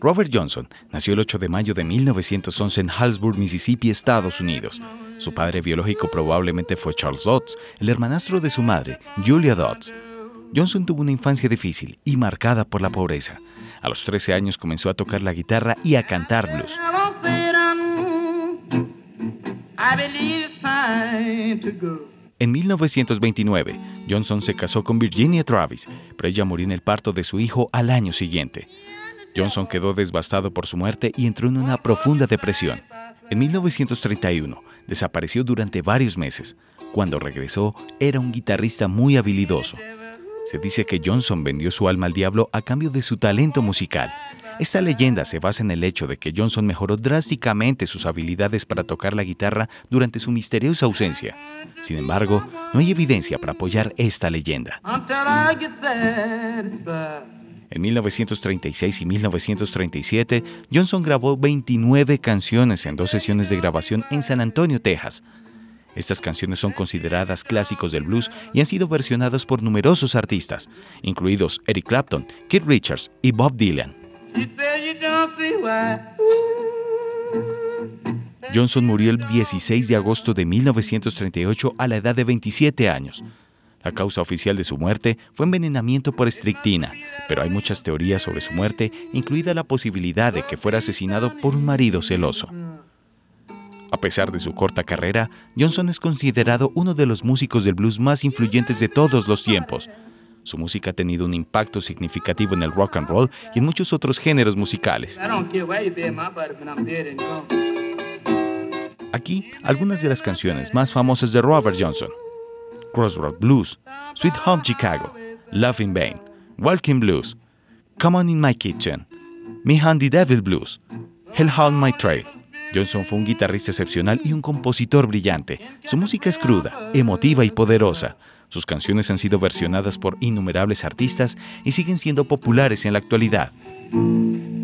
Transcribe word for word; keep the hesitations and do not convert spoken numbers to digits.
Robert Johnson nació el ocho de mayo de mil novecientos once en Harrisburg, Mississippi, Estados Unidos. Su padre biológico probablemente fue Charles Dodds, el hermanastro de su madre, Julia Dodds. Johnson tuvo una infancia difícil y marcada por la pobreza. A los trece años comenzó a tocar la guitarra y a cantar blues. En mil novecientos veintinueve, Johnson se casó con Virginia Travis, pero ella murió en el parto de su hijo al año siguiente. Johnson quedó devastado por su muerte y entró en una profunda depresión. En mil novecientos treinta y uno, desapareció durante varios meses. Cuando regresó, era un guitarrista muy habilidoso. Se dice que Johnson vendió su alma al diablo a cambio de su talento musical. Esta leyenda se basa en el hecho de que Johnson mejoró drásticamente sus habilidades para tocar la guitarra durante su misteriosa ausencia. Sin embargo, no hay evidencia para apoyar esta leyenda. En mil novecientos treinta y seis y mil novecientos treinta y siete, Johnson grabó veintinueve canciones en dos sesiones de grabación en San Antonio, Texas. Estas canciones son consideradas clásicos del blues y han sido versionadas por numerosos artistas, incluidos Eric Clapton, Keith Richards y Bob Dylan. Johnson murió el dieciséis de agosto de mil novecientos treinta y ocho a la edad de veintisiete años. La causa oficial de su muerte fue envenenamiento por estricnina, pero hay muchas teorías sobre su muerte, incluida la posibilidad de que fuera asesinado por un marido celoso. A pesar de su corta carrera, Johnson es considerado uno de los músicos del blues más influyentes de todos los tiempos. Su música ha tenido un impacto significativo en el rock and roll y en muchos otros géneros musicales. Aquí, algunas de las canciones más famosas de Robert Johnson: Crossroad Blues, Sweet Home Chicago, Love in Vain, Walking Blues, Come On In My Kitchen, Me and the Devil Blues, Hell On My Trail. Johnson fue un guitarrista excepcional y un compositor brillante. Su música es cruda, emotiva y poderosa. Sus canciones han sido versionadas por innumerables artistas y siguen siendo populares en la actualidad.